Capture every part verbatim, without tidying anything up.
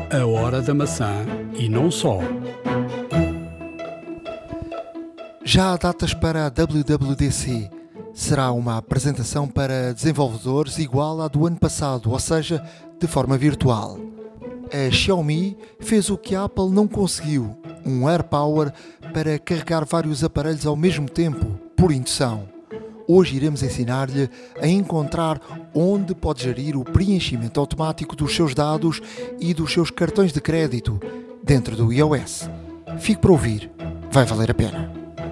A Hora da Maçã e não só. Já há datas para a W W D C. Será uma apresentação para desenvolvedores igual à do ano passado, ou seja, de forma virtual. A Xiaomi fez o que a Apple não conseguiu, um AirPower para carregar vários aparelhos ao mesmo tempo, por indução. Hoje iremos ensinar-lhe a encontrar onde pode gerir o preenchimento automático dos seus dados e dos seus cartões de crédito dentro do iOS. Fique para ouvir, vai valer a pena.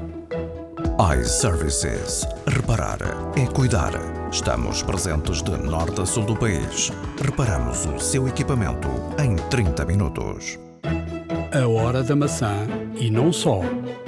iServices. Reparar é cuidar. Estamos presentes de norte a sul do país. Reparamos o seu equipamento em trinta minutos. A Hora da Maçã e não só.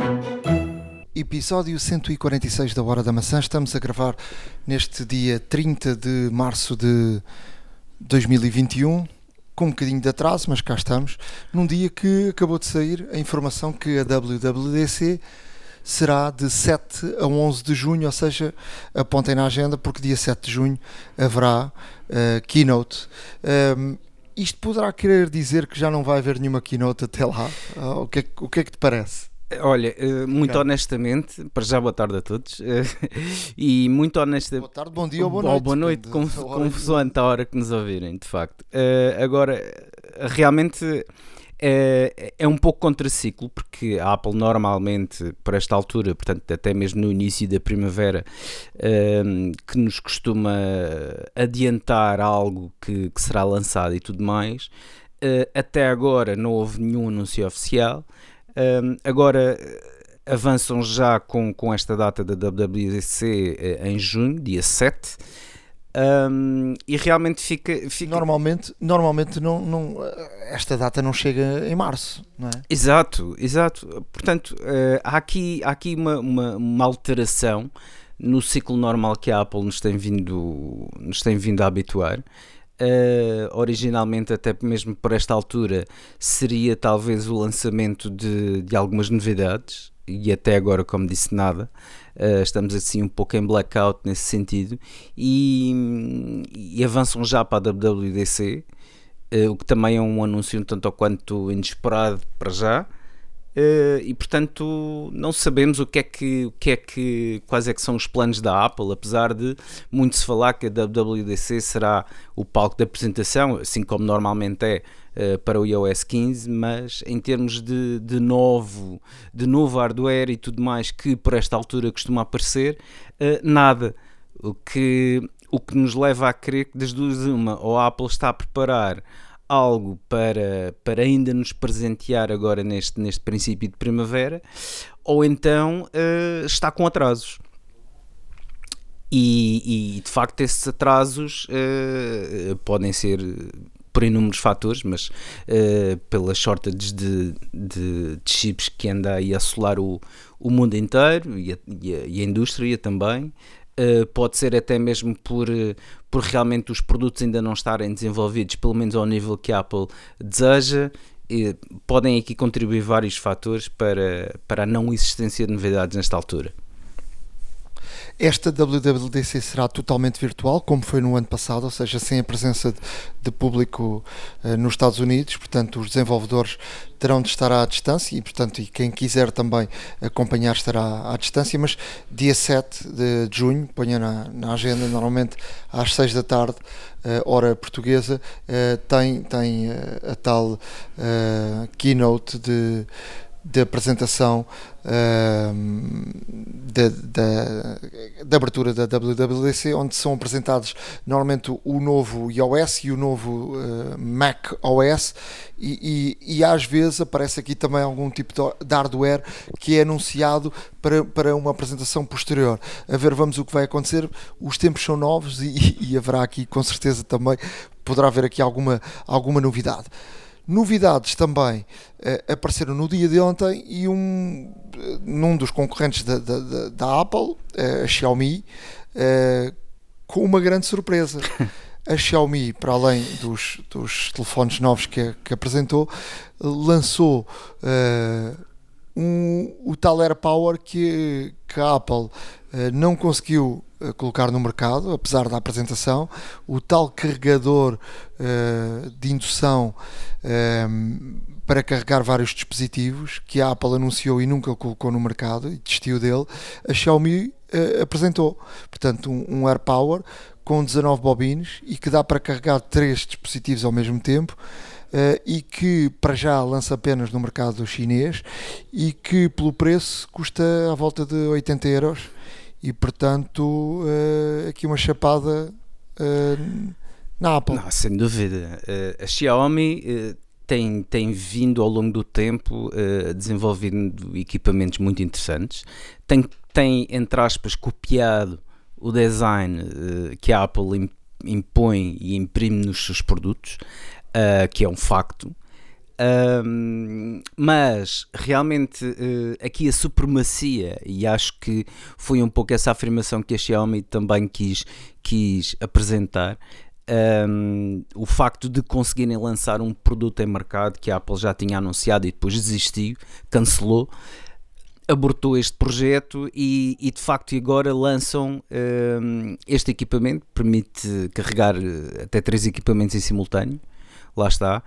Episódio cento e quarenta e seis da Hora da Maçã. Estamos a gravar neste dia trinta de março de dois mil e vinte e um, com um bocadinho de atraso, mas cá estamos, num dia que acabou de sair a informação que a W W D C será de sete a onze de junho, ou seja, apontem na agenda, porque dia sete de junho haverá uh, Keynote. Um, isto poderá querer dizer que já não vai haver nenhuma Keynote até lá? Uh, o, que é, o que é que te parece? Olha, muito Claro. honestamente, para já boa tarde a todos, e muito honestamente... Boa tarde, bom dia ou boa noite. Ou boa noite, depende conf- da hora consoante a hora que nos ouvirem, de facto. Uh, agora, realmente é, é um pouco contraciclo, porque a Apple normalmente, por esta altura, portanto até mesmo no início da primavera, um, que nos costuma adiantar algo que, que será lançado e tudo mais, uh, até agora não houve nenhum anúncio oficial. Um, agora avançam já com, com esta data da W W D C eh, em junho, dia sete, um, e realmente fica... fica... Normalmente, normalmente não, não, esta data não chega em março, não é? Exato, exato. Portanto, uh, há aqui, há aqui uma, uma, uma alteração no ciclo normal que a Apple nos tem vindo, nos tem vindo a habituar. Uh, originalmente, até mesmo por esta altura, seria talvez o lançamento de, de algumas novidades, e até agora, como disse, nada. Uh, estamos assim um pouco em blackout nesse sentido, e, e avançam já para a W W D C, uh, o que também é um anúncio um tanto ou quanto inesperado para já. Uh, e portanto não sabemos o que é que, o que é que, quais é que são os planos da Apple, apesar de muito se falar que a W W D C será o palco de apresentação, assim como normalmente é uh, para o iOS quinze, mas em termos de, de, novo, de novo hardware e tudo mais que por esta altura costuma aparecer, uh, nada, o que, o que nos leva a crer que das duas uma, ou a Apple está a preparar algo para, para ainda nos presentear agora neste, neste princípio de primavera, ou então uh, está com atrasos. E, e de facto esses atrasos uh, podem ser por inúmeros fatores, mas uh, pelas shortages de, de, de chips que anda aí a assolar o, o mundo inteiro e a, e a, e a indústria também. Uh, pode ser até mesmo por, uh, por realmente os produtos ainda não estarem desenvolvidos, pelo menos ao nível que a Apple deseja. E podem aqui contribuir vários fatores para, para a não existência de novidades nesta altura. Esta W W D C será totalmente virtual, como foi no ano passado, ou seja, sem a presença de, de público uh, nos Estados Unidos. Portanto, os desenvolvedores terão de estar à distância e, portanto, e quem quiser também acompanhar estará à distância, mas dia sete de junho, ponha na, na agenda, normalmente às seis da tarde, uh, hora portuguesa, uh, tem, tem uh, a tal uh, keynote de de apresentação uh, da, da, da abertura da W W D C, onde são apresentados normalmente o novo iOS e o novo uh, Mac O S, e, e, e às vezes aparece aqui também algum tipo de hardware que é anunciado para, para uma apresentação posterior. A ver, vamos o que vai acontecer. Os tempos são novos e, e haverá aqui com certeza também, poderá haver aqui alguma, alguma novidade. Novidades também uh, apareceram no dia de ontem e um, uh, num dos concorrentes da, da, da Apple, uh, a Xiaomi, uh, com uma grande surpresa. A Xiaomi, para além dos, dos telefones novos que, que apresentou, lançou uh, um, o tal AirPower que, que a Apple uh, não conseguiu uh, colocar no mercado, apesar da apresentação, o tal carregador uh, de indução um, para carregar vários dispositivos que a Apple anunciou e nunca colocou no mercado e desistiu dele. A Xiaomi uh, apresentou, portanto, um, um AirPower com dezanove bobines e que dá para carregar três dispositivos ao mesmo tempo. Uh, e que para já lança apenas no mercado chinês e que pelo preço custa à volta de oitenta euros e portanto uh, aqui uma chapada uh, na Apple. Não, sem dúvida. Uh, a Xiaomi uh, tem, tem vindo ao longo do tempo uh, desenvolvendo equipamentos muito interessantes, tem, tem entre aspas copiado o design uh, que a Apple impõe e imprime nos seus produtos. Uh, que é um facto, uh, mas realmente uh, aqui a supremacia, e acho que foi um pouco essa afirmação que a Xiaomi também quis, quis apresentar, um, o facto de conseguirem lançar um produto em mercado que a Apple já tinha anunciado e depois desistiu, cancelou, abortou este projeto e, e de facto agora lançam um, este equipamento, permite carregar até três equipamentos em simultâneo. Lá está,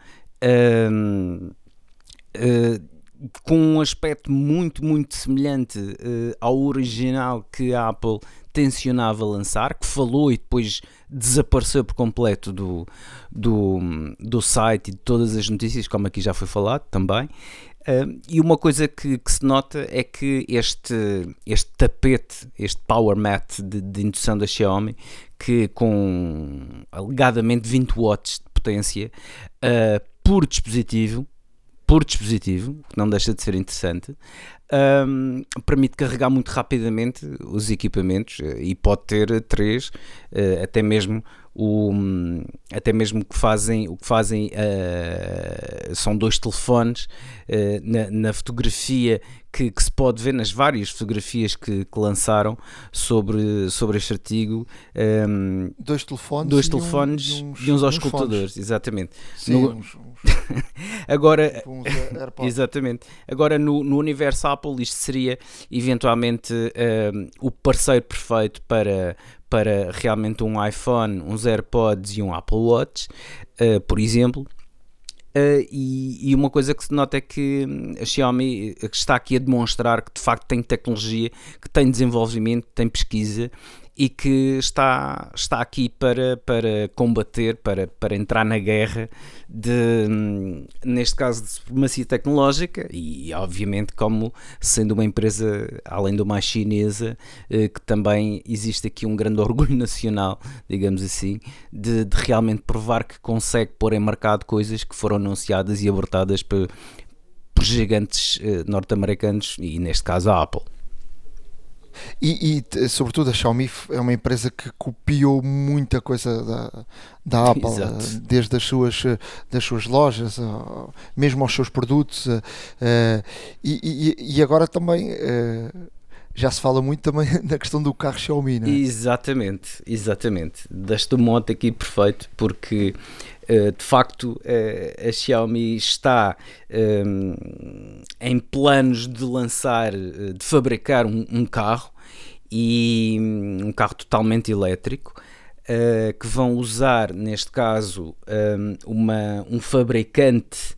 uh, uh, com um aspecto muito, muito semelhante uh, ao original que a Apple tencionava lançar, que falou e depois desapareceu por completo do, do, do site e de todas as notícias, como aqui já foi falado também. Uh, e uma coisa que, que se nota é que este, este tapete, este power mat de, de indução da Xiaomi, que com alegadamente vinte watts de potência uh, por dispositivo, por dispositivo, que não deixa de ser interessante, um, permite carregar muito rapidamente os equipamentos e pode ter três, uh, até mesmo o um, até mesmo que fazem o que fazem uh, são dois telefones uh, na, na fotografia que, que se pode ver nas várias fotografias que, que lançaram sobre, sobre este artigo, um, dois telefones, dois e telefones um, uns, e uns uns auscultadores, fones. Exatamente. Sim, no... uns, uns, agora uns exatamente, agora no, no universo Apple isto seria eventualmente um, o parceiro perfeito para para realmente um iPhone, uns AirPods e um Apple Watch, uh, por exemplo. Uh, e, e uma coisa que se nota é que a Xiaomi está aqui a demonstrar que de facto tem tecnologia, que tem desenvolvimento, tem pesquisa e que está, está aqui para, para combater, para, para entrar na guerra de, neste caso, de supremacia tecnológica e obviamente como sendo uma empresa, além do mais chinesa, que também existe aqui um grande orgulho nacional, digamos assim, de, de realmente provar que consegue pôr em mercado coisas que foram anunciadas e abortadas por, por gigantes norte-americanos e neste caso a Apple. E, e sobretudo a Xiaomi é uma empresa que copiou muita coisa da, da Apple, Exato. desde as suas, das suas lojas, mesmo aos seus produtos, e, e, e agora também já se fala muito também na questão do carro Xiaomi, não é? Exatamente, exatamente. Deste um mote aqui perfeito, porque de facto a Xiaomi está um, em planos de lançar, de fabricar um, um carro, e um carro totalmente elétrico, uh, que vão usar neste caso um, uma, um fabricante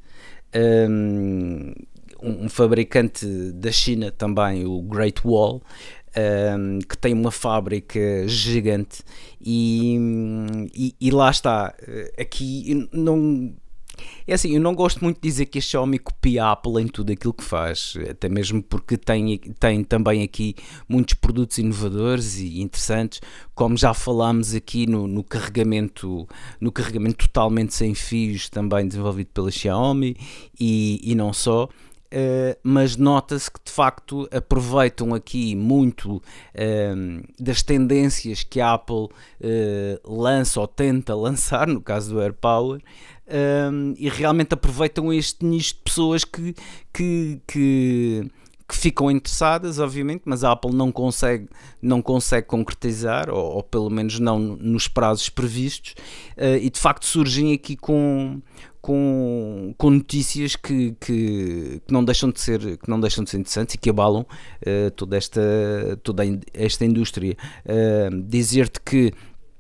um, um fabricante da China também, o Great Wall, Um, que tem uma fábrica gigante e, e, e lá está. Aqui não é assim, eu não gosto muito de dizer que a Xiaomi copia a Apple em tudo aquilo que faz, até mesmo porque tem, tem também aqui muitos produtos inovadores e interessantes, como já falámos aqui no, no carregamento no carregamento totalmente sem fios, também desenvolvido pela Xiaomi, e, e não só. Uh, mas nota-se que de facto aproveitam aqui muito uh, das tendências que a Apple uh, lança ou tenta lançar, no caso do AirPower, uh, e realmente aproveitam este nicho de pessoas que, que, que, que ficam interessadas, obviamente, mas a Apple não consegue, não consegue concretizar, ou, ou pelo menos não nos prazos previstos, uh, e de facto surgem aqui com com, com notícias que, que, que, não deixam de ser, que não deixam de ser interessantes e que abalam uh, toda, esta, toda esta indústria. Uh, dizer-te que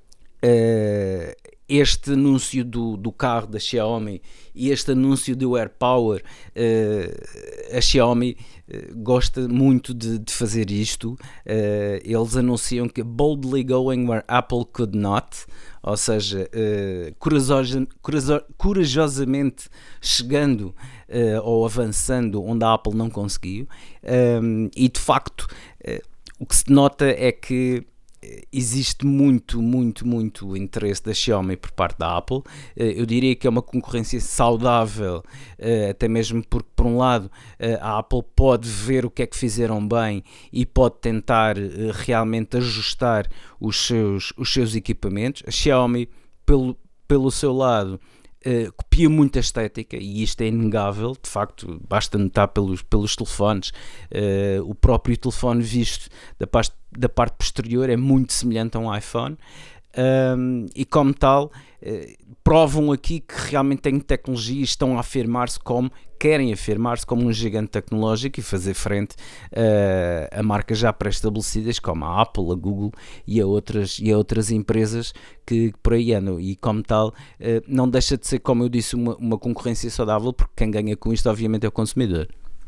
uh, este anúncio do, do carro da Xiaomi e este anúncio do AirPower, uh, a Xiaomi uh, gosta muito de, de fazer isto. Uh, eles anunciam que boldly going where Apple could not, ou seja, uh, corajosa, corajo, corajosamente chegando uh, ou avançando onde a Apple não conseguiu. Um, e de facto, uh, o que se nota é que existe muito, muito, muito interesse da Xiaomi por parte da Apple. Eu diria que é uma concorrência saudável, até mesmo porque, por um lado, a Apple pode ver o que é que fizeram bem e pode tentar realmente ajustar os seus, os seus equipamentos. A Xiaomi, pelo, pelo seu lado, Uh, copia muito a estética, e isto é inegável, de facto, basta notar pelos, pelos telefones. Uh, o próprio telefone visto da parte, da parte posterior é muito semelhante a um iPhone, um, e como tal uh, provam aqui que realmente têm tecnologia e estão a afirmar-se como, querem afirmar-se como um gigante tecnológico e fazer frente uh, a marcas já pré-estabelecidas como a Apple, a Google e a outras, e a outras empresas que por aí andam, e como tal uh, não deixa de ser, como eu disse, uma, uma concorrência saudável, porque quem ganha com isto obviamente é o consumidor.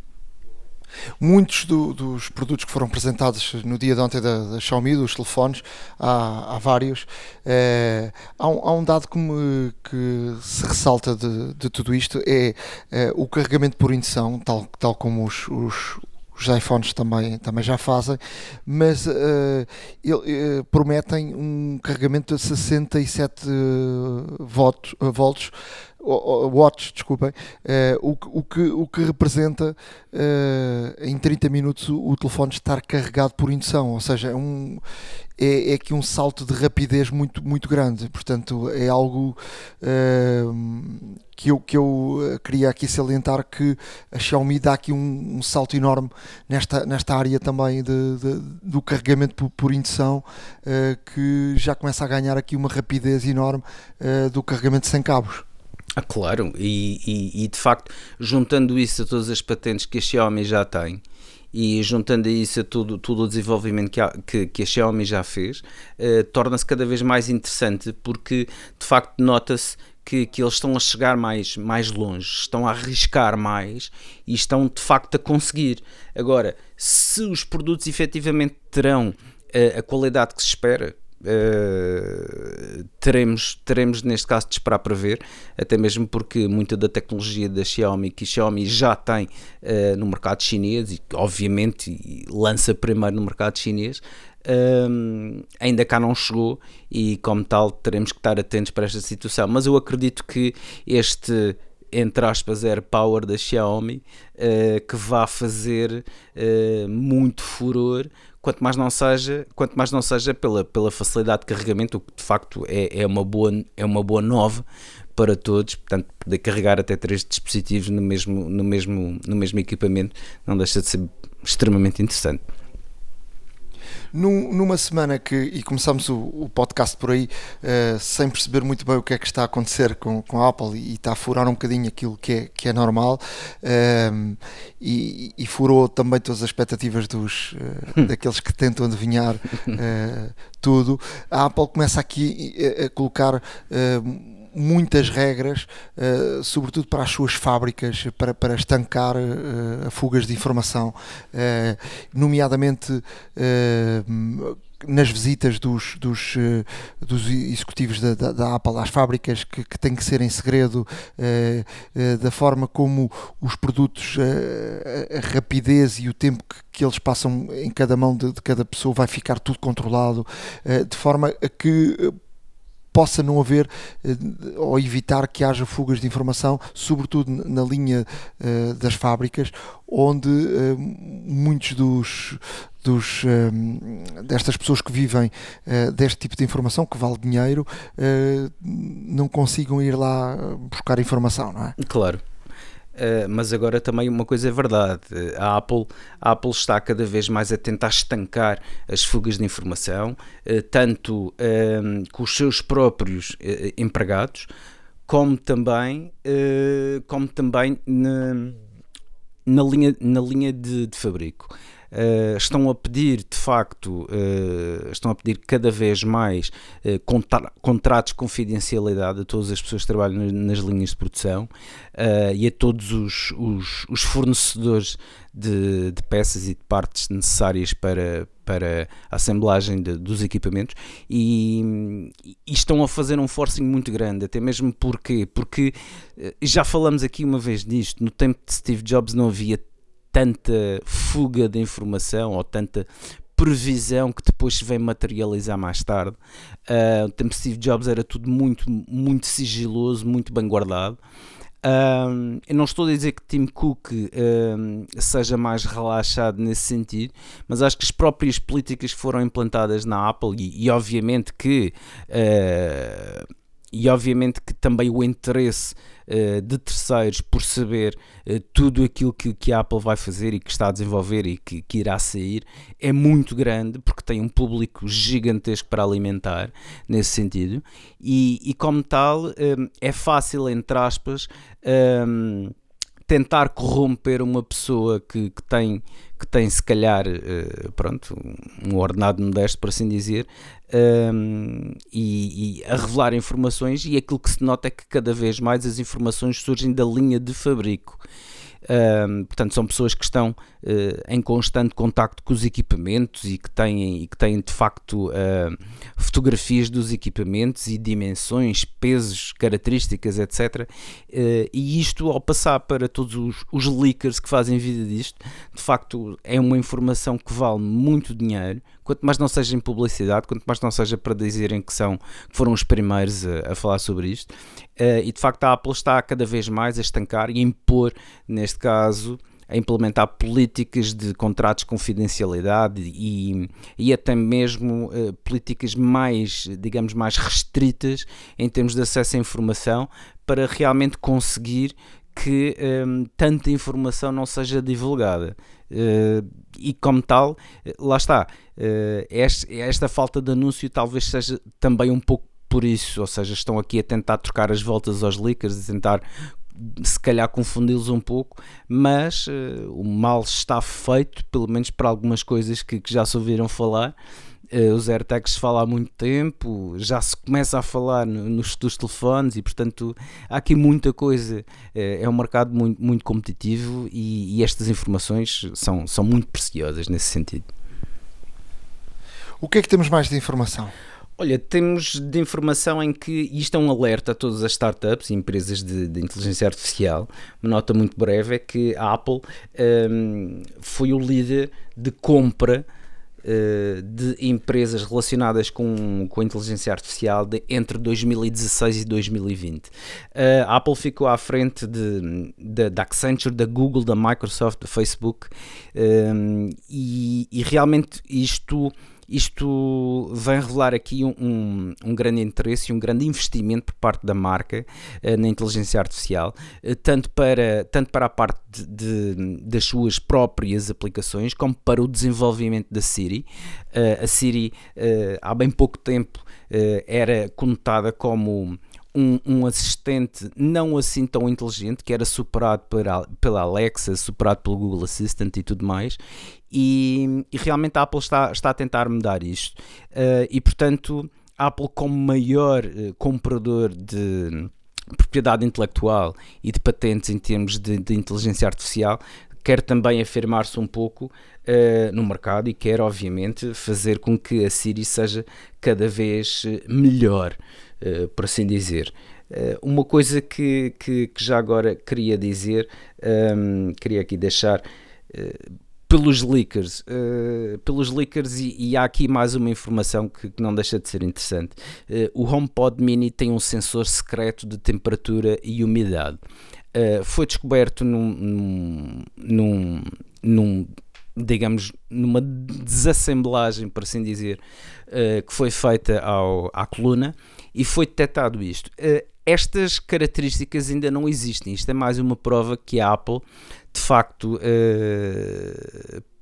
Muitos do, dos produtos que foram apresentados no dia de ontem da, da Xiaomi, dos telefones, há, há vários. É, há, um, há um dado que, me, que se ressalta de, de tudo isto, é, é o carregamento por indução, tal, tal como os, os os iPhones também, também já fazem, mas uh, ele, uh, prometem um carregamento de sessenta e sete uh, volts, uh, volts uh, watts, desculpem, uh, o, o, que, o que representa uh, em trinta minutos o, o telefone estar carregado por indução, ou seja, é, um, é, é aqui um salto de rapidez muito, muito grande. Portanto, é algo uh, que, eu, que eu queria aqui salientar, que a Xiaomi dá aqui um, um salto enorme nesta, nesta área também de, de, do carregamento por, por indução, uh, que já começa a ganhar aqui uma rapidez enorme uh, do carregamento sem cabos. Ah, claro, e, e, e de facto, juntando isso a todas as patentes que a Xiaomi já tem, e juntando a isso a tudo, tudo o desenvolvimento que a, que, que a Xiaomi já fez, uh, torna-se cada vez mais interessante, porque de facto nota-se que, que eles estão a chegar mais, mais longe, estão a arriscar mais e estão de facto a conseguir. Agora, se os produtos efetivamente terão uh, a qualidade que se espera, Uh, teremos, teremos neste caso de esperar para ver, até mesmo porque muita da tecnologia da Xiaomi, que a Xiaomi já tem uh, no mercado chinês, e obviamente lança primeiro no mercado chinês, uh, ainda cá não chegou, e como tal teremos que estar atentos para esta situação. Mas eu acredito que este, entre aspas, AirPower da Xiaomi, uh, que vá fazer uh, muito furor, quanto mais não seja, quanto mais não seja pela, pela facilidade de carregamento, o que de facto é, é, uma boa, é uma boa nova para todos. Portanto, poder carregar até três dispositivos no mesmo, no mesmo, no mesmo equipamento não deixa de ser extremamente interessante. Num, numa semana que, e começamos o, o podcast por aí, uh, sem perceber muito bem o que é que está a acontecer com, com a Apple, e, e está a furar um bocadinho aquilo que é, que é normal, uh, e, e furou também todas as expectativas dos, uh, daqueles que tentam adivinhar uh, tudo. A Apple começa aqui a, a colocar uh, muitas regras, uh, sobretudo para as suas fábricas, para, para estancar uh, fugas de informação, uh, nomeadamente uh, nas visitas dos, dos, uh, dos executivos da, da, da Apple às fábricas, que, que tem que ser em segredo, uh, uh, da forma como os produtos, uh, a rapidez e o tempo que, que eles passam em cada mão de, de cada pessoa vai ficar tudo controlado, uh, de forma a que uh, possa não haver uh, ou evitar que haja fugas de informação, sobretudo na linha uh, das fábricas, onde uh, muitos dos, dos uh, destas pessoas que vivem uh, deste tipo de informação, que vale dinheiro, uh, não consigam ir lá buscar informação, não é? Claro. Uh, mas agora também uma coisa é verdade, a Apple, a Apple está cada vez mais a tentar estancar as fugas de informação, uh, tanto uh, com os seus próprios uh, empregados, como também, uh, como também na, na linha, na linha de, de fabrico. Uh, estão a pedir, de facto, uh, estão a pedir cada vez mais uh, contra- contratos de confidencialidade a todas as pessoas que trabalham nas, nas linhas de produção uh, e a todos os, os, os fornecedores de, de peças e de partes necessárias para, para a assemblagem de, dos equipamentos, e, e estão a fazer um forcing muito grande, até mesmo porque, porque uh, já falamos aqui uma vez disto, no tempo de Steve Jobs não havia tanta fuga de informação ou tanta previsão que depois se vem materializar mais tarde. Uh, o tempo de Steve Jobs era tudo muito, muito sigiloso, muito bem guardado. Uh, eu não estou a dizer que Tim Cook uh, seja mais relaxado nesse sentido, mas acho que as próprias políticas que foram implantadas na Apple e, e obviamente que uh, e obviamente que também o interesse uh, de terceiros por saber uh, tudo aquilo que, que a Apple vai fazer e que está a desenvolver e que, que irá sair é muito grande, porque tem um público gigantesco para alimentar nesse sentido, e, e como tal um, é fácil, entre aspas, um, tentar corromper uma pessoa que, que tem que tem se calhar uh, pronto, um ordenado modesto, por assim dizer, um, e, e a revelar informações, e aquilo que se nota é que cada vez mais as informações surgem da linha de fabrico. Um, portanto, são pessoas que estão uh, em constante contacto com os equipamentos e que têm, e que têm de facto uh, fotografias dos equipamentos e dimensões, pesos, características, etcétera. Uh, e isto, ao passar para todos os, os leakers que fazem vida disto, de facto é uma informação que vale muito dinheiro, quanto mais não seja em publicidade, quanto mais não seja para dizerem que, são, que foram os primeiros a, a falar sobre isto. Uh, e de facto a Apple está cada vez mais a estancar e a impor, neste caso, a implementar políticas de contratos de confidencialidade e, e até mesmo uh, políticas mais, digamos, mais restritas em termos de acesso à informação, para realmente conseguir que um, tanta informação não seja divulgada. Uh, e como tal, lá está, uh, esta, esta falta de anúncio talvez seja também um pouco por isso, ou seja, estão aqui a tentar trocar as voltas aos leakers, a tentar se calhar confundi-los um pouco, mas uh, o mal está feito, pelo menos para algumas coisas que, que já se ouviram falar. Uh, os AirTags se fala há muito tempo, já se começa a falar no, nos, dos telefones, e portanto há aqui muita coisa. Uh, é um mercado muito, muito competitivo, e, e estas informações são, são muito preciosas nesse sentido. O que é que temos mais de informação? Olha, temos de informação em que isto é um alerta a todas as startups e empresas de, de inteligência artificial. Uma nota muito breve é que a Apple um, foi o líder de compra uh, de empresas relacionadas com, com a inteligência artificial de, entre dois mil e dezasseis e dois mil e vinte. Uh, a Apple ficou à frente de, de, da Accenture, da Google, da Microsoft, da Facebook, um, e, e realmente isto... Isto vem revelar aqui um, um, um grande interesse e um grande investimento por parte da marca uh, na inteligência artificial, uh, tanto, para, tanto para a parte de, de, das suas próprias aplicações, como para o desenvolvimento da Siri. Uh, a Siri, uh, há bem pouco tempo, uh, era conotada como Um, um assistente não assim tão inteligente, que era superado pela, pela Alexa, superado pelo Google Assistant e tudo mais, e, e realmente a Apple está, está a tentar mudar isto, uh, e portanto a Apple, como maior uh, comprador de propriedade intelectual e de patentes em termos de, de inteligência artificial, quer também afirmar-se um pouco uh, no mercado, e quer obviamente fazer com que a Siri seja cada vez melhor, uh, por assim dizer. Uh, uma coisa que, que, que já agora queria dizer, um, queria aqui deixar, uh, pelos leakers, uh, pelos leakers e, e há aqui mais uma informação que, que não deixa de ser interessante. Uh, o HomePod Mini tem um sensor secreto de temperatura e umidade. Uh, foi descoberto num, num, num, num, digamos, numa desassemblagem, por assim dizer, uh, que foi feita ao, à coluna, e foi detectado isto. Uh, estas características ainda não existem. Isto é mais uma prova que a Apple, de facto, uh,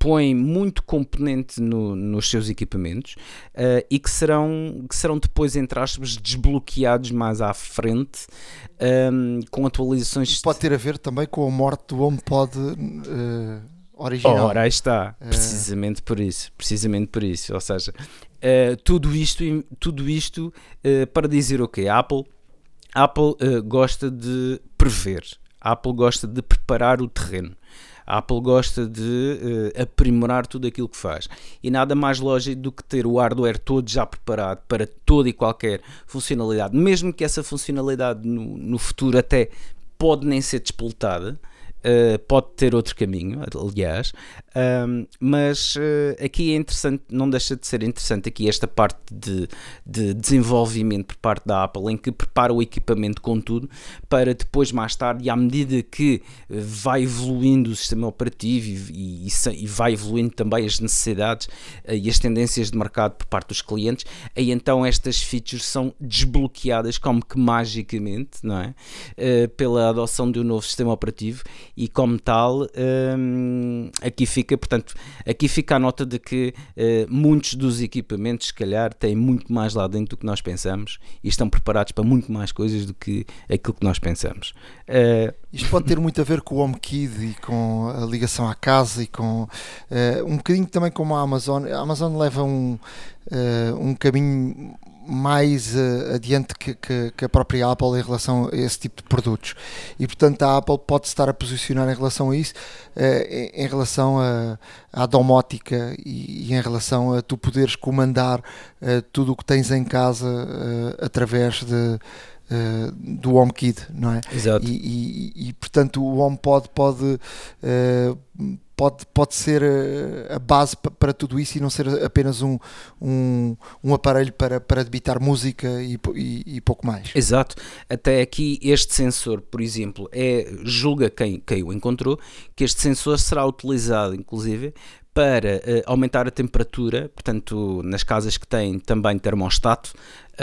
põe muito componente no, nos seus equipamentos uh, e que serão, que serão depois, entre aspas, desbloqueados mais à frente um, com atualizações. Pode ter a ver também com a morte do HomePod uh, original. Ora, aí está, precisamente uh... por isso, precisamente por isso, ou seja, uh, tudo isto, tudo isto uh, para dizer o quê? A Apple, a Apple uh, gosta de prever, a Apple gosta de preparar o terreno. A Apple gosta de uh, aprimorar tudo aquilo que faz e nada mais lógico do que ter o hardware todo já preparado para toda e qualquer funcionalidade, mesmo que essa funcionalidade no, no futuro até pode nem ser despoltada. Uh, pode ter outro caminho, aliás, um, mas uh, aqui é interessante, não deixa de ser interessante aqui esta parte de, de desenvolvimento por parte da Apple, em que prepara o equipamento com tudo, para depois mais tarde, e à medida que vai evoluindo o sistema operativo e, e, e vai evoluindo também as necessidades uh, e as tendências de mercado por parte dos clientes, aí então estas features são desbloqueadas como que magicamente, não é? Uh, pela adoção de um novo sistema operativo. E como tal, um, aqui fica, portanto, aqui fica a nota de que uh, muitos dos equipamentos, se calhar, têm muito mais lá dentro do que nós pensamos e estão preparados para muito mais coisas do que aquilo que nós pensamos. Uh, Isto pode ter muito a ver com o HomeKit e com a ligação à casa e com uh, um bocadinho também como a Amazon. A Amazon leva um, uh, um caminho mais uh, adiante que, que, que a própria Apple em relação a esse tipo de produtos e portanto a Apple pode estar a posicionar em relação a isso, uh, em, em relação a, à domótica e, e em relação a tu poderes comandar uh, tudo o que tens em casa uh, através de Uh, do HomeKit, não é? Exato. E, e, e portanto o HomePod pode, uh, pode, pode ser a base p- para tudo isso e não ser apenas um, um, um aparelho para, para debitar música e, e, e pouco mais. Exato. Até aqui este sensor, por exemplo, é, julga quem, quem o encontrou, que este sensor será utilizado inclusive para uh, aumentar a temperatura, portanto, nas casas que têm também termostato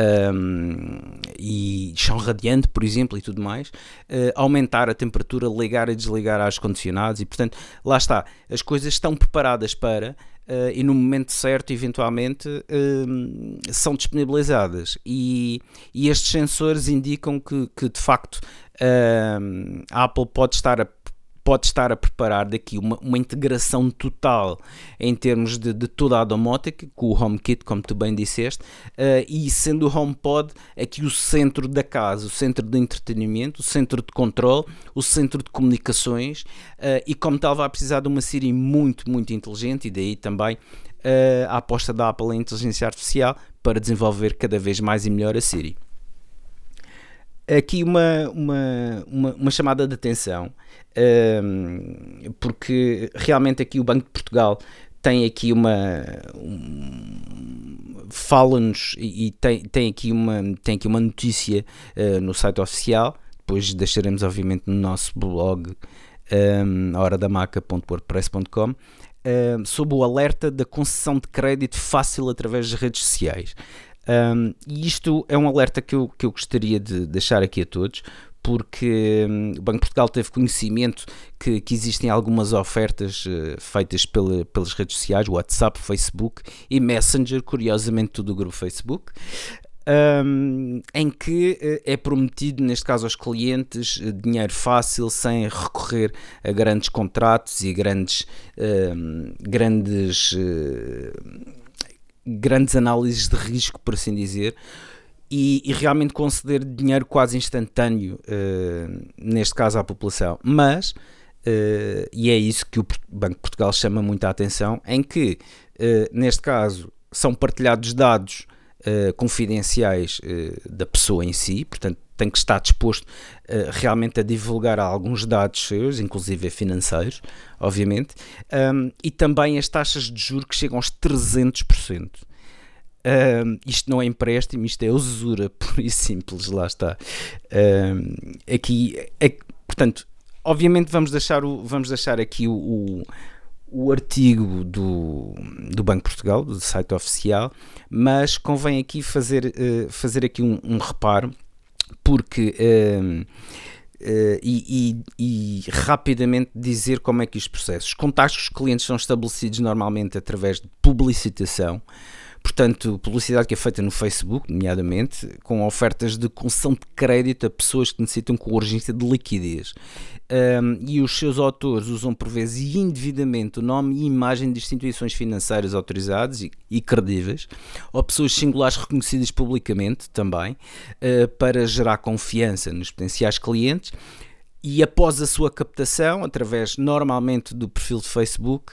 um, e chão radiante, por exemplo, e tudo mais, uh, aumentar a temperatura, ligar e desligar ar-condicionados e, portanto, lá está, as coisas estão preparadas para uh, e no momento certo, eventualmente, uh, são disponibilizadas e, e estes sensores indicam que, que de facto, uh, a Apple pode estar a pode estar a preparar daqui uma, uma integração total em termos de, de toda a domótica, com o HomeKit, como tu bem disseste, uh, e sendo o HomePod aqui o centro da casa, o centro de entretenimento, o centro de controle, o centro de comunicações, uh, e como tal vai precisar de uma Siri muito, muito inteligente, e daí também uh, a aposta da Apple em inteligência artificial para desenvolver cada vez mais e melhor a Siri. Aqui uma, uma, uma, uma chamada de atenção, um, porque realmente aqui o Banco de Portugal tem aqui uma... Um, fala-nos e tem, tem, aqui uma, tem aqui uma notícia uh, no site oficial, depois deixaremos obviamente no nosso blog um, a hora da maca ponto wordpress ponto com, um, sobre o alerta da concessão de crédito fácil através das redes sociais. Um, e isto é um alerta que eu, que eu gostaria de deixar aqui a todos, porque um, o Banco de Portugal teve conhecimento que, que existem algumas ofertas uh, feitas pela, pelas redes sociais, WhatsApp, Facebook e Messenger, curiosamente tudo do grupo Facebook, um, em que uh, é prometido, neste caso aos clientes, uh, dinheiro fácil, sem recorrer a grandes contratos e grandes... Uh, grandes uh, grandes análises de risco, por assim dizer, e, e realmente conceder dinheiro quase instantâneo, uh, neste caso à população. Mas, uh, e é isso que o Banco de Portugal chama muito a atenção, em que, uh, neste caso, são partilhados dados uh, confidenciais uh, da pessoa em si, portanto, tem que estar disposto uh, realmente a divulgar alguns dados seus, inclusive financeiros, obviamente, um, e também as taxas de juros que chegam aos trezentos por cento. Um, isto não é empréstimo, isto é usura, pura e simples, lá está. Um, aqui, é, portanto, obviamente vamos deixar, o, vamos deixar aqui o, o, o artigo do, do Banco de Portugal, do site oficial, mas convém aqui fazer, uh, fazer aqui um, um reparo, porque um, Uh, e, e, e rapidamente dizer como é que isto processa. Os contactos com os clientes são estabelecidos normalmente através de publicitação, portanto, publicidade que é feita no Facebook, nomeadamente, com ofertas de concessão de crédito a pessoas que necessitam com urgência de liquidez. Um, e os seus autores usam por vezes indevidamente o nome e imagem de instituições financeiras autorizadas e, e credíveis, ou pessoas singulares reconhecidas publicamente também, uh, para gerar confiança nos potenciais clientes. E após a sua captação, através normalmente do perfil de Facebook,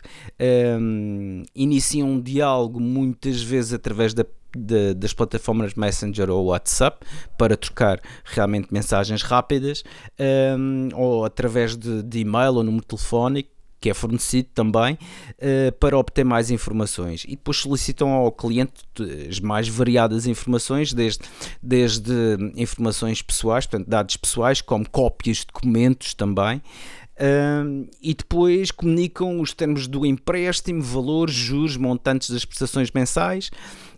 um, iniciam um diálogo muitas vezes através da, da, das plataformas Messenger ou WhatsApp para trocar realmente mensagens rápidas, um, ou através de, de e-mail ou número telefónico, que é fornecido também, uh, para obter mais informações, e depois solicitam ao cliente as mais variadas informações, desde, desde informações pessoais, portanto dados pessoais, como cópias de documentos também, uh, e depois comunicam os termos do empréstimo, valores, juros, montantes das prestações mensais,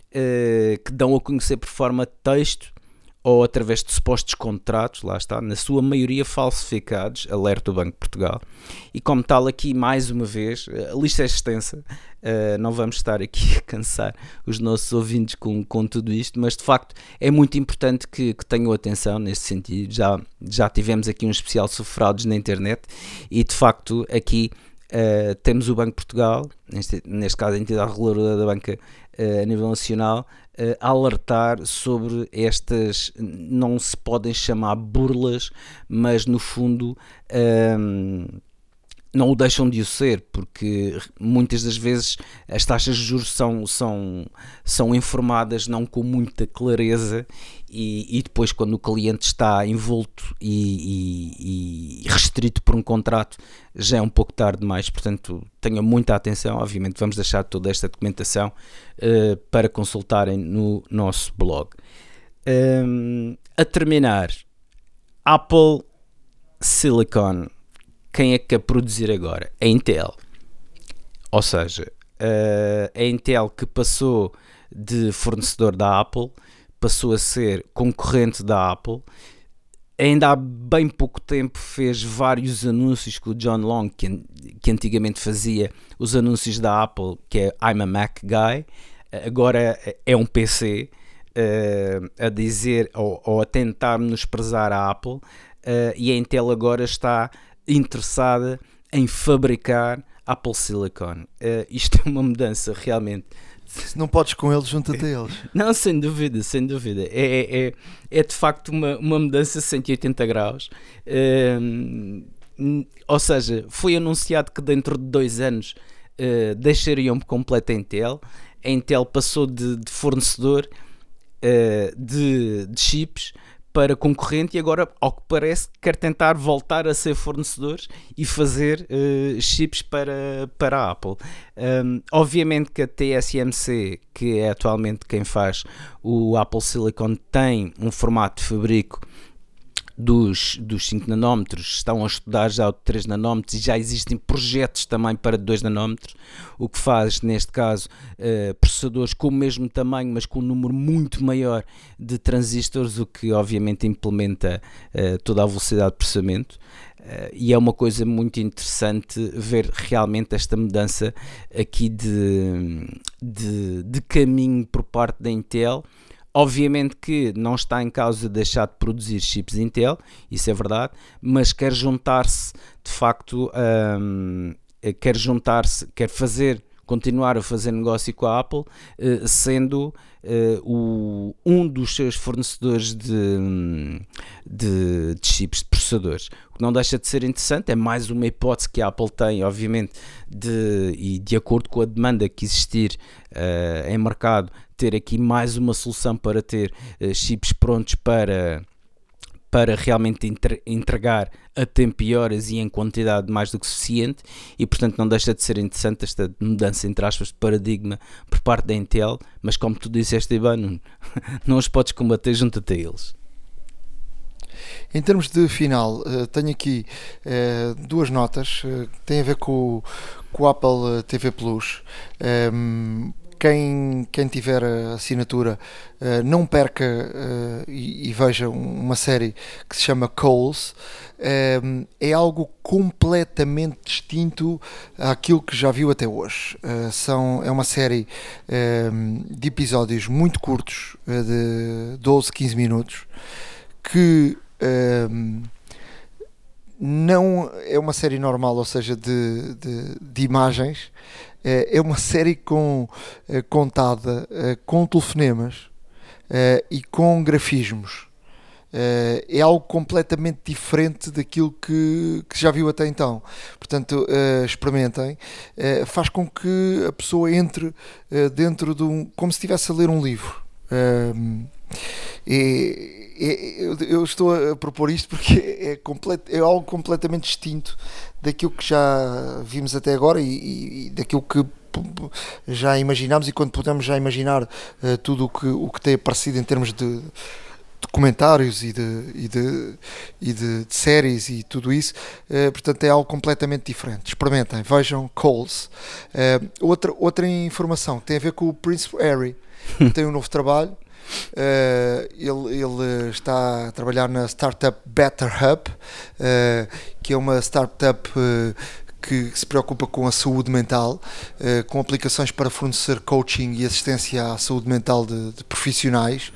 uh, que dão a conhecer por forma de texto ou através de supostos contratos, lá está, na sua maioria falsificados, alerta o Banco de Portugal. E como tal, aqui mais uma vez, a lista é extensa, uh, não vamos estar aqui a cansar os nossos ouvintes com, com tudo isto, mas de facto é muito importante que, que tenham atenção nesse sentido. Já, já tivemos aqui um especial sobre fraudes na internet e de facto aqui uh, temos o Banco de Portugal, neste, neste caso a entidade reguladora da banca uh, a nível nacional, a alertar sobre estas, não se podem chamar burlas, mas no fundo um, não o deixam de o ser, porque muitas das vezes as taxas de juros são, são, são informadas não com muita clareza, e, e depois quando o cliente está envolto e, e, e restrito por um contrato já é um pouco tarde demais. Portanto, tenham muita atenção. Obviamente vamos deixar toda esta documentação uh, para consultarem no nosso blog. Um, a terminar, Apple Silicon, quem é que quer produzir agora? A Intel. Ou seja, uh, a Intel, que passou de fornecedor da Apple, passou a ser concorrente da Apple. Ainda há bem pouco tempo fez vários anúncios com o John Long, que, que antigamente fazia os anúncios da Apple, que é I'm a Mac Guy. Agora é um P C, uh, a dizer ou, ou a tentar menosprezar a Apple, uh, e a Intel agora está interessada em fabricar Apple Silicon. Uh, isto é uma mudança realmente. Se não podes com eles, junta-te a eles. Não, sem dúvida, sem dúvida. É, é, é de facto uma, uma mudança de cento e oitenta graus. Uh, ou seja, foi anunciado que dentro de dois anos uh, deixariam completa a Intel. A Intel passou de, de fornecedor uh, de, de chips para concorrente, e agora, ao que parece, quer tentar voltar a ser fornecedores e fazer uh, chips para, para a Apple. Um, obviamente que a T S M C, que é atualmente quem faz o Apple Silicon, tem um formato de fabrico dos, dos cinco nanómetros, estão a estudar já o de três nanómetros e já existem projetos também para dois nanómetros, o que faz, neste caso, uh, processadores com o mesmo tamanho, mas com um número muito maior de transistores, o que obviamente implementa uh, toda a velocidade de processamento. Uh, e é uma coisa muito interessante ver realmente esta mudança aqui de, de, de caminho por parte da Intel. Obviamente que não está em causa deixar de produzir chips Intel, isso é verdade, mas quer juntar-se, de facto, um, quer juntar-se, quer fazer, continuar a fazer negócio com a Apple, uh, sendo uh, o, um dos seus fornecedores de, de, de chips, de processadores. O que não deixa de ser interessante, é mais uma hipótese que a Apple tem, obviamente, de, e de acordo com a demanda que existir uh, em mercado, ter aqui mais uma solução para ter uh, chips prontos para, para realmente entre, entregar a tempo e horas e em quantidade mais do que suficiente, e portanto não deixa de ser interessante esta mudança, entre aspas, de paradigma por parte da Intel, mas como tu disseste, Ivan, não os podes combater, junta-te a eles. Em termos de final, uh, tenho aqui uh, duas notas uh, que têm a ver com, com o Apple T V Plus. Um, quem, quem tiver a assinatura, uh, não perca uh, e, e veja uma série que se chama Coles. Uh, é algo completamente distinto àquilo que já viu até hoje. Uh, são, é uma série uh, de episódios muito curtos, uh, de doze, quinze minutos, que uh, não é uma série normal, ou seja, de, de, de imagens. É uma série com, contada com telefonemas e com grafismos. É algo completamente diferente daquilo que, que já viu até então. Portanto, experimentem. Faz com que a pessoa entre dentro de um... como se estivesse a ler um livro. E, eu estou a propor isto porque é, complet, é algo completamente distinto daquilo que já vimos até agora e, e daquilo que já imaginámos, e quando podemos já imaginar uh, tudo o que, o que tem aparecido em termos de documentários e, de, e, de, e de, de séries e tudo isso, uh, portanto é algo completamente diferente. Experimentem, vejam Coles. Uh, outra, outra informação tem a ver com o Príncipe Harry, que tem um novo trabalho. Uh, ele, ele está a trabalhar na startup Better Hub, uh, que é uma startup uh, que se preocupa com a saúde mental, uh, com aplicações para fornecer coaching e assistência à saúde mental de, de profissionais,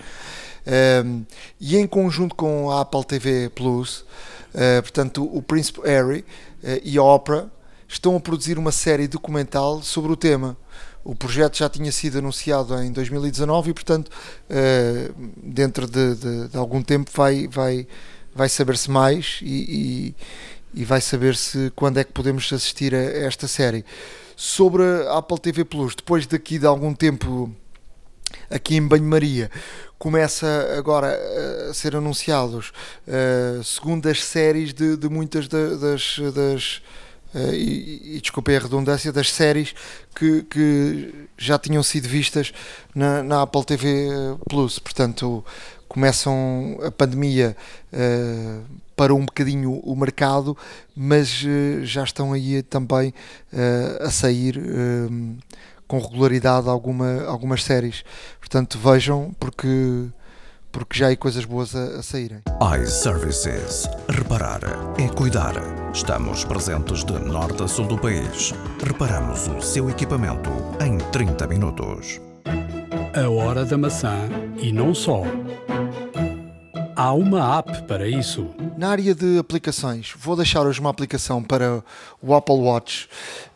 uh, e em conjunto com a Apple T V Plus, uh, portanto o Príncipe Harry uh, e a Oprah estão a produzir uma série documental sobre o tema. O projeto já tinha sido anunciado em dois mil e dezanove e, portanto, uh, dentro de, de, de algum tempo vai, vai, vai saber-se mais e, e, e vai saber-se quando é que podemos assistir a esta série. Sobre a Apple T V Plus, depois daqui de algum tempo aqui em banho-maria, começa agora a ser anunciados uh, segundas séries de, de muitas das... das Uh, e, e desculpem a redundância, das séries que, que já tinham sido vistas na, na Apple T V Plus. Portanto, começam a pandemia uh, para um bocadinho o mercado, mas uh, já estão aí também uh, a sair uh, com regularidade alguma, algumas séries. Portanto, vejam, porque porque já há coisas boas a, a saírem. iServices. Reparar é cuidar. Estamos presentes de norte a sul do país. Reparamos o seu equipamento em trinta minutos. A hora da maçã e não só. Há uma app para isso. Na área de aplicações, vou deixar hoje uma aplicação para o Apple Watch.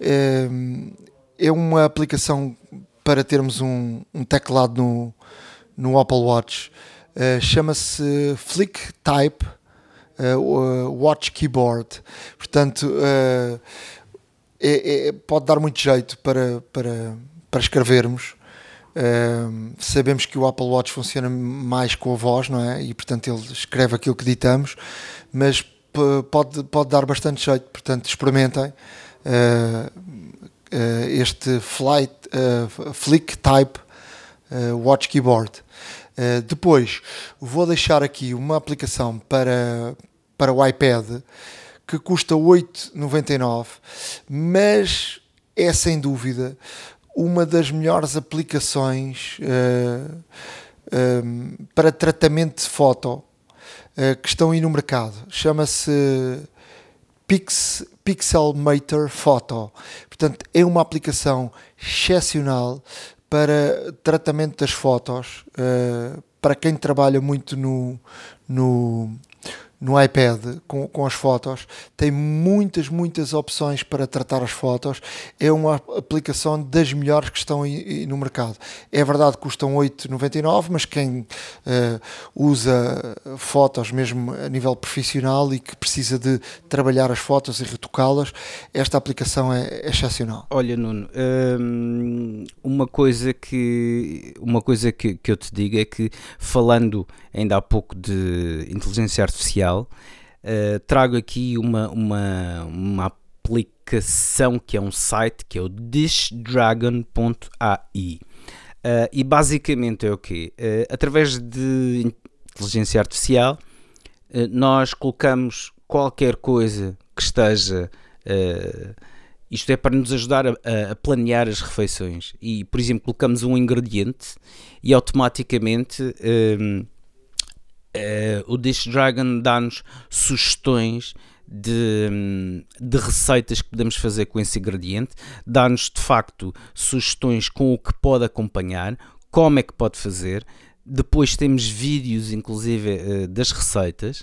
É uma aplicação para termos um, um teclado no, no Apple Watch. Uh, chama-se Flick Type uh, uh, Watch Keyboard. Portanto, uh, é, é, pode dar muito jeito para, para, para escrevermos. Uh, sabemos que o Apple Watch funciona mais com a voz, não é? E portanto ele escreve aquilo que ditamos, mas p- pode, pode dar bastante jeito. Portanto, experimentem uh, uh, este Flight, uh, Flick Type uh, Watch Keyboard. Uh, depois vou deixar aqui uma aplicação para, para o iPad que custa oito vírgula noventa e nove, mas é sem dúvida uma das melhores aplicações uh, uh, para tratamento de foto uh, que estão aí no mercado. Chama-se Pix, Pixelmator Photo. Portanto, é uma aplicação excepcional para tratamento das fotos, uh, para quem trabalha muito no, no, no iPad com, com as fotos, tem muitas, muitas opções para tratar as fotos. É uma aplicação das melhores que estão aí no mercado. É verdade que custam oito vírgula noventa e nove, mas quem uh, usa fotos mesmo a nível profissional e que precisa de trabalhar as fotos e retocá-las, esta aplicação é, é excepcional. Olha, Nuno, hum, uma coisa que uma coisa que, que eu te digo é que, falando ainda há pouco de inteligência artificial, Uh, trago aqui uma, uma, uma aplicação que é um site, que é o dish dragon ponto a i. Uh, e basicamente é o quê? Uh, através de inteligência artificial, uh, nós colocamos qualquer coisa que esteja uh, Isto é para nos ajudar a, a planear as refeições. E, por exemplo, colocamos um ingrediente e automaticamente um, uh, o Dish Dragon dá-nos sugestões de, de receitas que podemos fazer com esse ingrediente, dá-nos de facto sugestões com o que pode acompanhar, como é que pode fazer. Depois temos vídeos, inclusive, das receitas,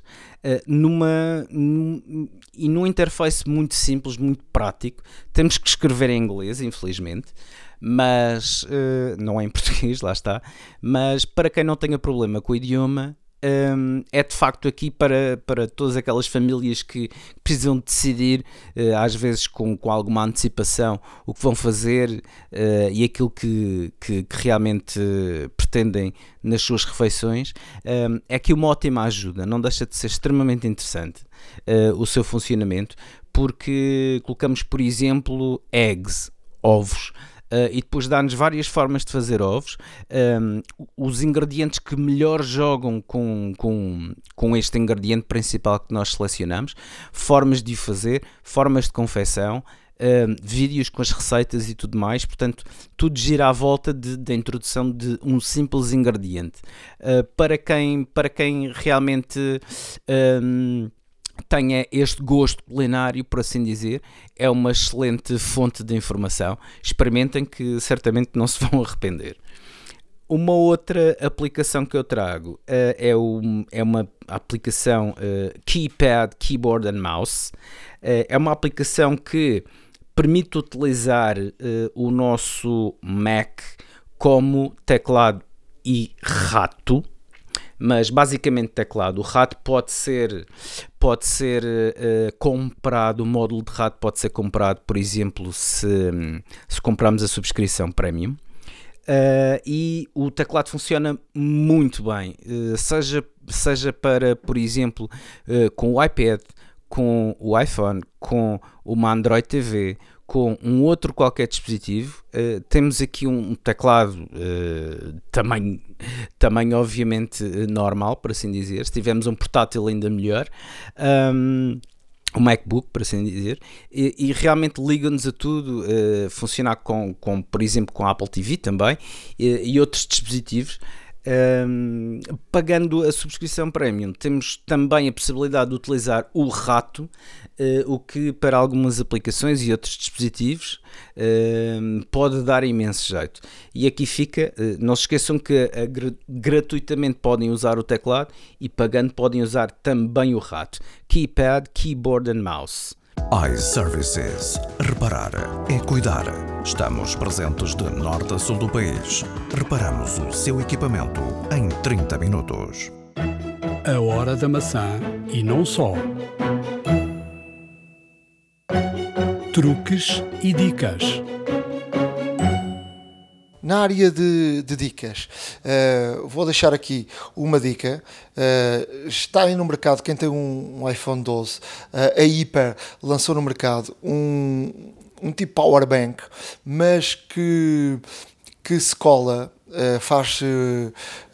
numa, num, e num interface muito simples, muito prático. Temos que escrever em inglês, infelizmente, mas não é em português, lá está. Mas para quem não tenha problema com o idioma, é de facto aqui para, para todas aquelas famílias que precisam decidir, às vezes com, com alguma antecipação, o que vão fazer e aquilo que, que, que realmente pretendem nas suas refeições. É aqui uma ótima ajuda, não deixa de ser extremamente interessante o seu funcionamento, porque colocamos, por exemplo, eggs, ovos. Uh, e depois dá-nos várias formas de fazer ovos, um, os ingredientes que melhor jogam com, com, com este ingrediente principal que nós selecionamos, formas de o fazer, formas de confecção, uh, vídeos com as receitas e tudo mais. Portanto, tudo gira à volta de, da introdução de um simples ingrediente. Uh, para, quem, para quem realmente... Um, tenha este gosto culinário, por assim dizer, é uma excelente fonte de informação. Experimentem, que certamente não se vão arrepender. Uma outra aplicação que eu trago uh, é, o, é uma aplicação uh, Keypad, Keyboard and Mouse. Uh, é uma aplicação que permite utilizar uh, o nosso Mac como teclado e rato. Mas basicamente teclado. O rato pode ser, pode ser uh, comprado, o módulo de rato pode ser comprado, por exemplo, se, se comprarmos a subscrição Premium. Uh, e o teclado funciona muito bem, uh, seja, seja para, por exemplo, uh, com o iPad, com o iPhone, com uma Android T V, com um outro qualquer dispositivo. Uh, temos aqui um, um teclado uh, tamanho, tamanho obviamente normal, por assim dizer. Se tivermos um portátil ainda melhor, um, um MacBook, por assim dizer, e, e realmente liga-nos a tudo, uh, funcionar com, com, por exemplo, com a Apple T V também, e, e outros dispositivos. Um, pagando a subscrição Premium, temos também a possibilidade de utilizar o rato, uh, o que para algumas aplicações e outros dispositivos uh, pode dar imenso jeito. E aqui fica, uh, não se esqueçam que uh, gra- gratuitamente podem usar o teclado e pagando podem usar também o rato. Keypad, Keyboard and Mouse. iServices. Reparar é cuidar. Estamos presentes de norte a sul do país. Reparamos o seu equipamento em trinta minutos. A hora da maçã e não só. Truques e dicas. Na área de, de dicas, uh, vou deixar aqui uma dica. Uh, está aí no mercado, quem tem um, um iPhone doze, uh, a Hyper lançou no mercado um, um tipo power bank, mas que, que se cola, uh, faz... Uh,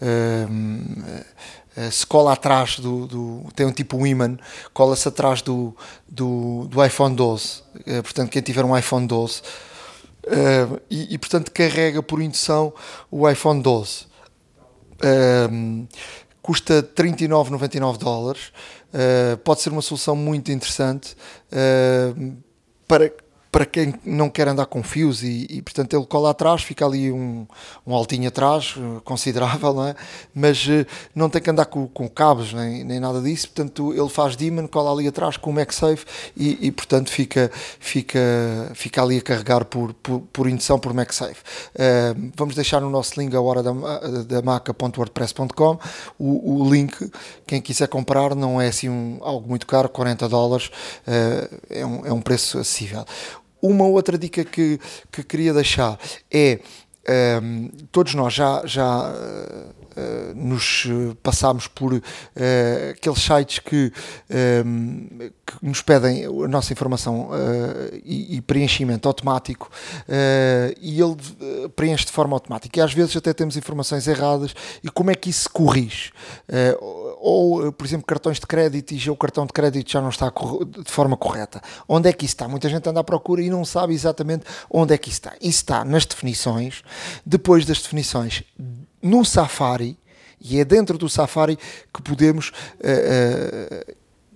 uh, se cola atrás do, do... tem um tipo imã, cola-se atrás do, do, do iPhone doze. Uh, portanto, quem tiver um iPhone doze... Uh, e, e portanto carrega por indução o iPhone doze. Uh, custa trinta e nove vírgula noventa e nove dólares. Uh, pode ser uma solução muito interessante uh, para, para quem não quer andar com fios e, e portanto ele cola atrás, fica ali um, um altinho atrás considerável, não é? Mas uh, não tem que andar com, com cabos nem, nem nada disso, portanto ele faz dimon, cola ali atrás com o MagSafe e, e portanto fica, fica, fica ali a carregar por, por, por indução por MagSafe. Uh, vamos deixar no nosso link a hora da, da maca ponto wordpress ponto com o, o link, quem quiser comprar, não é assim um, algo muito caro, quarenta dólares, uh, é, um, é um preço acessível. Uma outra dica que, que queria deixar é, um, todos nós já, já uh, nos passámos por uh, aqueles sites que, um, que nos pedem a nossa informação uh, e, e preenchimento automático, uh, e ele uh, preenche de forma automática. E às vezes até temos informações erradas, e como é que isso se corrige? Uh, ou, uh, por exemplo, cartões de crédito, e o cartão de crédito já não está de forma correta. Onde é que isso está? Muita gente anda à procura e não sabe exatamente onde é que isso está. Isso está nas definições. Depois das definições, no Safari, e é dentro do Safari que podemos uh, uh,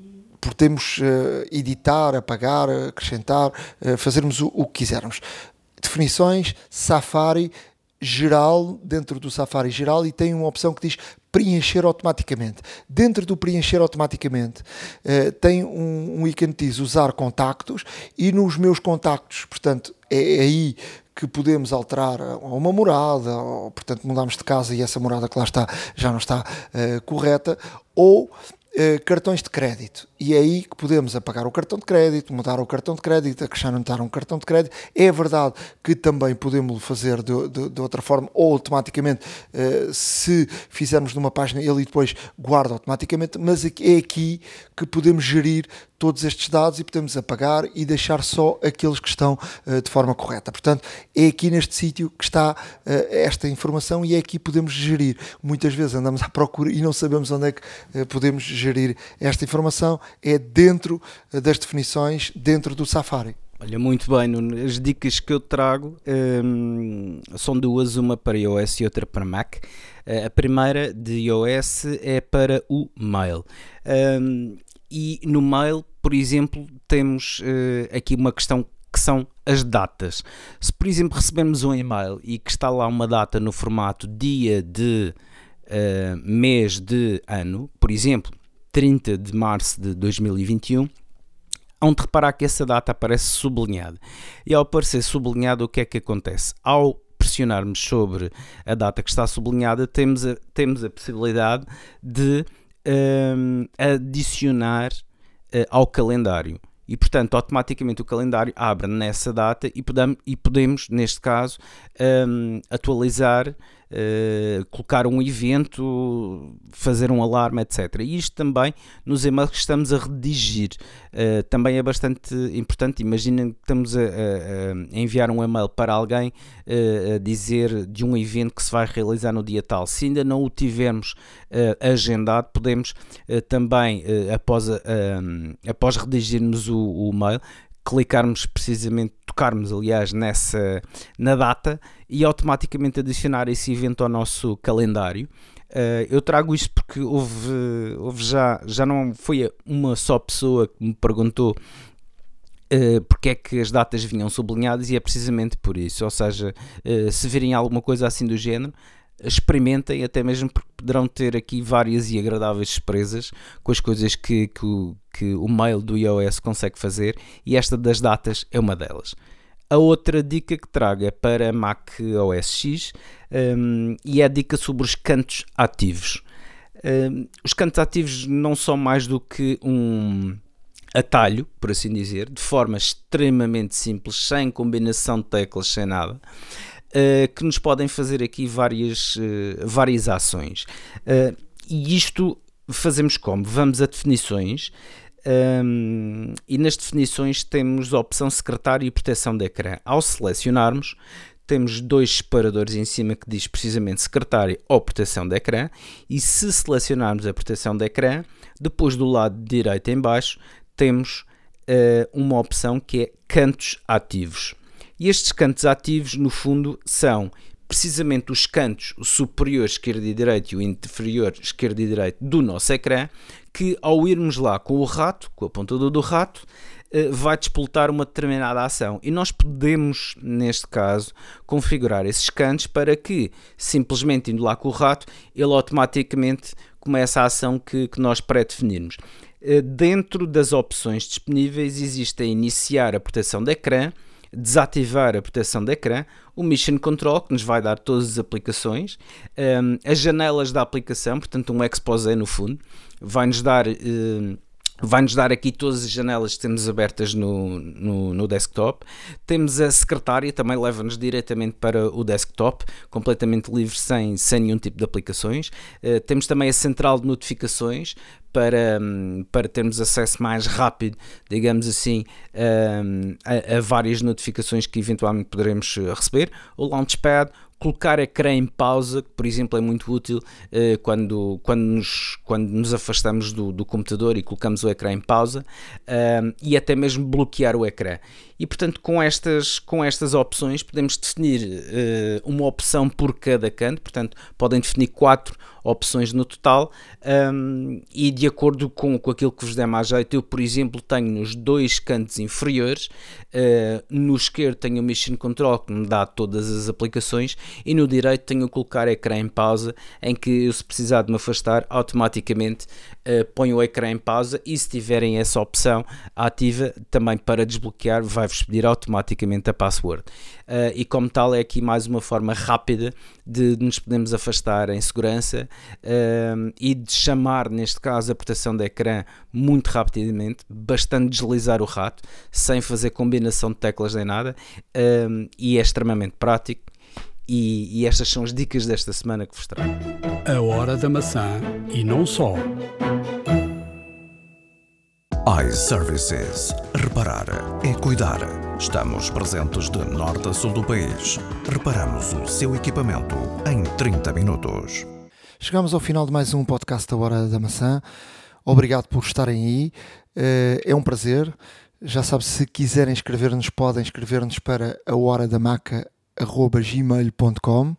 podemos uh, editar, apagar, acrescentar, uh, fazermos o, o que quisermos. Definições, Safari geral, dentro do Safari geral, e tem uma opção que diz preencher automaticamente. Dentro do preencher automaticamente uh, tem um, um ícone que diz usar contactos, e nos meus contactos, portanto, é aí que podemos alterar uma morada, ou, portanto, mudamos de casa e essa morada que lá está já não está uh, correta, ou Uh, cartões de crédito, e é aí que podemos apagar o cartão de crédito, mudar o cartão de crédito, acrescentar um cartão de crédito. É verdade que também podemos fazer de, de, de outra forma, ou automaticamente, uh, se fizermos numa página ele depois guarda automaticamente, mas é aqui que podemos gerir todos estes dados e podemos apagar e deixar só aqueles que estão uh, de forma correta. Portanto, é aqui neste sítio que está uh, esta informação, e é aqui que podemos gerir. Muitas vezes andamos à procura e não sabemos onde é que uh, podemos gerir esta informação. É dentro uh, das definições, dentro do Safari. Olha, muito bem, Nuno. As dicas que eu trago um, são duas, uma para iOS e outra para Mac. Uh, a primeira de iOS é para o Mail. Um, e no Mail, por exemplo, temos uh, aqui uma questão que são as datas. Se, por exemplo, recebemos um e-mail e que está lá uma data no formato dia de uh, mês de ano, por exemplo, trinta de março de dois mil e vinte e um, hão de reparar que essa data aparece sublinhada. E ao aparecer sublinhada, o que é que acontece? Ao pressionarmos sobre a data que está sublinhada, temos a, temos a possibilidade de um, adicionar uh, ao calendário. E, portanto, automaticamente o calendário abre nessa data e podemos, e podemos neste caso, um, atualizar, uh, colocar um evento, fazer um alarme, etcétera. E isto também nos e-mails que estamos a redigir. Uh, também é bastante importante. Imaginem que estamos a, a, a enviar um e-mail para alguém uh, a dizer de um evento que se vai realizar no dia tal. Se ainda não o tivermos uh, agendado, podemos uh, também, uh, após, uh, um, após redigirmos o o mail, clicarmos precisamente, tocarmos aliás nessa, na data e automaticamente adicionar esse evento ao nosso calendário. Uh, eu trago isto porque houve, houve já, já não foi uma só pessoa que me perguntou Uh, porque é que as datas vinham sublinhadas, e é precisamente por isso. Ou seja, uh, se virem alguma coisa assim do género, experimentem, até mesmo porque poderão ter aqui várias e agradáveis surpresas com as coisas que, que, o, que o mail do iOS consegue fazer, e esta das datas é uma delas. A outra dica que trago é para Mac O S X, um, e é a dica sobre os cantos ativos. Um, os cantos ativos não são mais do que um atalho, por assim dizer, de forma extremamente simples, sem combinação de teclas, sem nada, uh, que nos podem fazer aqui várias, uh, várias ações. Uh, e isto fazemos como? Vamos a definições, um, e nas definições temos a opção secretário e proteção de ecrã. Ao selecionarmos, temos dois separadores em cima que diz precisamente secretário ou proteção de ecrã, e se selecionarmos a proteção de ecrã, depois do lado direito em baixo temos uh, uma opção que é cantos ativos. E estes cantos ativos, no fundo, são precisamente os cantos, o superior esquerdo e direito e o inferior esquerdo e direito do nosso ecrã, que ao irmos lá com o rato, com o apontador do rato, uh, vai despoltar uma determinada ação. E nós podemos, neste caso, configurar esses cantos para que, simplesmente indo lá com o rato, ele automaticamente comece a ação que, que nós pré-definirmos. Dentro das opções disponíveis existe a iniciar a proteção de ecrã, desativar a proteção de ecrã, o Mission Control, que nos vai dar todas as aplicações, um, as janelas da aplicação, portanto um exposé no fundo, vai-nos dar um, vai-nos dar aqui todas as janelas que temos abertas no, no, no desktop. Temos a secretária, também leva-nos diretamente para o desktop, completamente livre, sem, sem nenhum tipo de aplicações. Uh, temos também a central de notificações, para, para termos acesso mais rápido, digamos assim, a, a várias notificações que eventualmente poderemos receber. O Launchpad, colocar ecrã em pausa, que por exemplo é muito útil uh, quando, quando, nos, quando nos afastamos do, do computador e colocamos o ecrã em pausa, uh, e até mesmo bloquear o ecrã. E portanto com estas, com estas opções podemos definir uh, uma opção por cada canto, portanto podem definir quatro opções no total, um, e de acordo com, com aquilo que vos der mais jeito. Eu, por exemplo, tenho nos dois cantos inferiores, uh, no esquerdo tenho o Mission Control, que me dá todas as aplicações, e no direito tenho o colocar ecrã em pausa, em que eu, se precisar de me afastar, automaticamente uh, ponho o ecrã em pausa, e se tiverem essa opção ativa, também para desbloquear, vai-vos pedir automaticamente a password. Uh, e como tal é aqui mais uma forma rápida de, de nos podermos afastar em segurança, uh, e de chamar, neste caso, a proteção de ecrã muito rapidamente, bastante deslizar o rato, sem fazer combinação de teclas nem nada, uh, e é extremamente prático. E, e estas são as dicas desta semana que vos trago. A Hora da Maçã e não só. iServices. Reparar é cuidar. Estamos presentes de norte a sul do país. Reparamos o seu equipamento em trinta minutos. Chegamos ao final de mais um podcast da Hora da Maçã. Obrigado por estarem aí. É um prazer. Já sabe, se quiserem escrever-nos, podem escrever-nos para a hora da maca arroba gmail ponto com.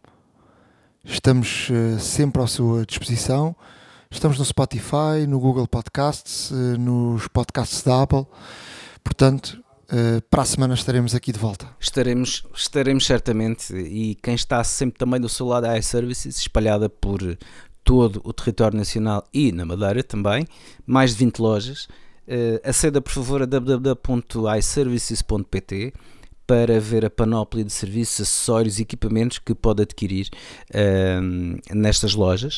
Estamos sempre à sua disposição. Estamos no Spotify, no Google Podcasts, nos podcasts da Apple. Portanto, para a semana estaremos aqui de volta. Estaremos, estaremos certamente, e quem está sempre também do seu lado, a iServices, espalhada por todo o território nacional e na Madeira também, mais de vinte lojas. Aceda por favor a w w w ponto i services ponto p t para ver a panóplia de serviços, acessórios e equipamentos que pode adquirir uh, nestas lojas.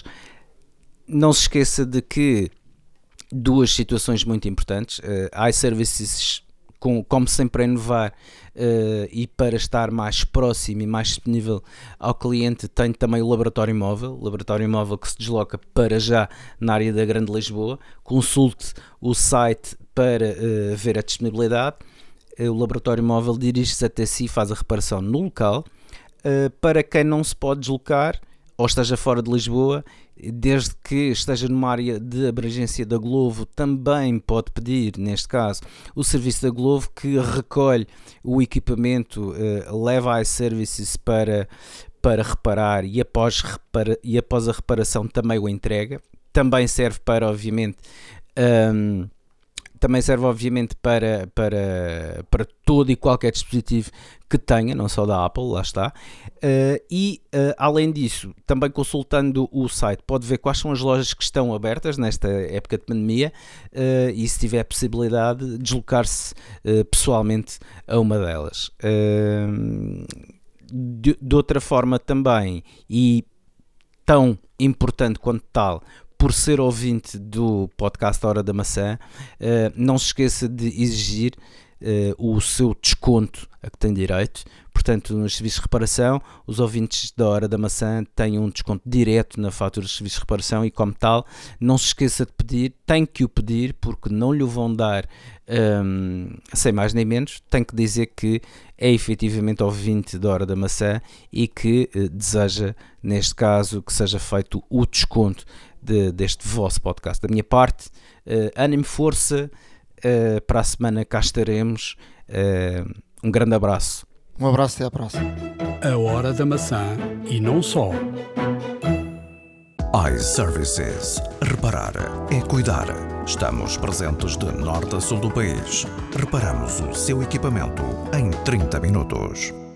Não se esqueça de que duas situações muito importantes, uh, a iServices, com, como sempre a inovar, uh, e para estar mais próximo e mais disponível ao cliente, tem também o laboratório móvel, laboratório móvel que se desloca para já na área da Grande Lisboa. Consulte o site para uh, ver a disponibilidade. O laboratório móvel dirige-se até si e faz a reparação no local. Uh, para quem não se pode deslocar ou esteja fora de Lisboa, desde que esteja numa área de abrangência da Glovo, também pode pedir, neste caso, o serviço da Glovo, que recolhe o equipamento, uh, leva a iServices para, para reparar, e após, repara, e após a reparação também o entrega. Também serve para, obviamente, um, também serve obviamente para, para, para todo e qualquer dispositivo que tenha, não só da Apple, lá está. Uh, e uh, além disso, também consultando o site, pode ver quais são as lojas que estão abertas nesta época de pandemia, uh, e se tiver possibilidade, deslocar-se uh, pessoalmente a uma delas. Uh, de, de outra forma também, e tão importante quanto tal, por ser ouvinte do podcast Hora da Maçã, uh, não se esqueça de exigir uh, o seu desconto a que tem direito. Portanto, nos serviços de reparação, os ouvintes da Hora da Maçã têm um desconto direto na fatura dos serviços de reparação, e como tal, não se esqueça de pedir, tem que o pedir, porque não lhe vão dar um, sem mais nem menos. Tem que dizer que é efetivamente ouvinte da Hora da Maçã e que uh, deseja, neste caso, que seja feito o desconto De, deste vosso podcast. Da minha parte, uh, ânimo, força, uh, para a semana cá estaremos. Uh, um grande abraço. Um abraço, até à próxima. A Hora da Maçã e não só. iServices. Reparar é cuidar. Estamos presentes de norte a sul do país. Reparamos o seu equipamento em trinta minutos.